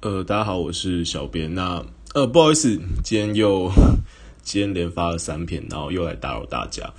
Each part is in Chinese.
大家好，我是小编。不好意思，今天连发了3篇，然后又来打扰大家。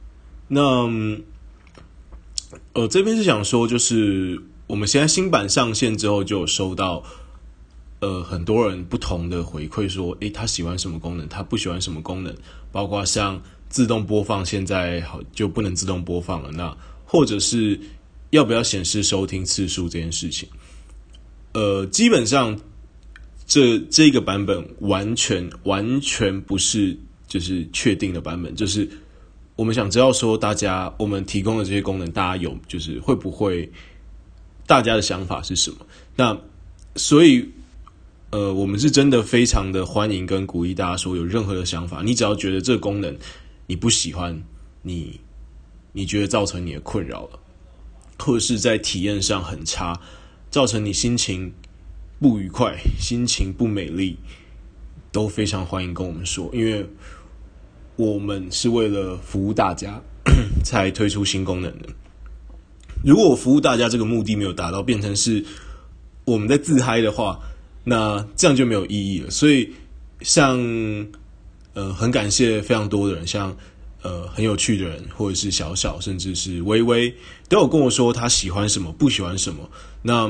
这边是想说，就是我们现在新版上线之后，就有收到很多人不同的回馈，说，他喜欢什么功能，他不喜欢什么功能，包括像自动播放，现在就不能自动播放了。那或者是要不要显示收听次数这件事情。基本上这个版本完全不是就是确定的版本，就是我们想知道说我们提供的这些功能，大家有就是会不会大家的想法是什么？那所以我们是真的非常的欢迎跟鼓励大家说有任何的想法，你只要觉得这个功能你不喜欢，你觉得造成你的困扰了，或者是在体验上很差，造成你心情不愉快、心情不美丽，都非常欢迎跟我们说，因为我们是为了服务大家才推出新功能的。如果我服务大家这个目的没有达到，变成是我们在自嗨的话，那这样就没有意义了。所以像很感谢非常多的人，像很有趣的人，或者是小小，甚至是微微，都有跟我说他喜欢什么，不喜欢什么。那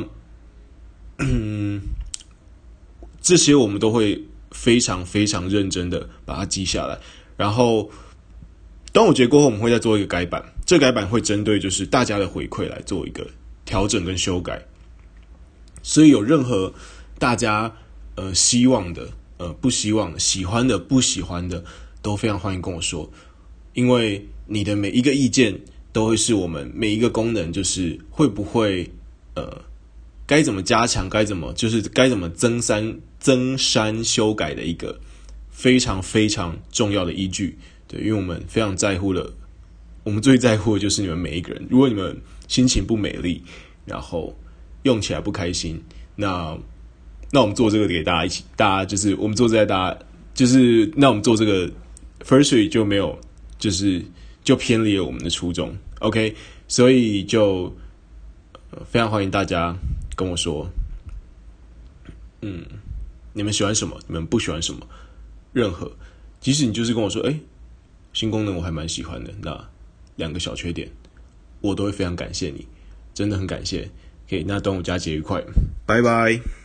这些我们都会非常非常认真的把它记下来，然后端午节过后我们会再做一个改版，这个改版会针对就是大家的回馈来做一个调整跟修改，所以有任何大家希望的不希望的、喜欢的不喜欢的，都非常欢迎跟我说，因为你的每一个意见都会是我们每一个功能就是会不会该怎么加强，该怎么增删修改的一个非常非常重要的依据。对，因为我们非常在乎的，我们最在乎的就是你们每一个人。如果你们心情不美丽，然后用起来不开心，那我们做这个给大家就是我们做这个大家就是那我们做这个 Firstory 就没有就偏离了我们的初衷。OK， 所以就非常欢迎大家跟我说，你们喜欢什么，你们不喜欢什么，任何，即使你就是跟我说，新功能我还蛮喜欢的，那2个小缺点，我都会非常感谢你，真的很感谢。OK， 那端午佳节愉快，拜拜。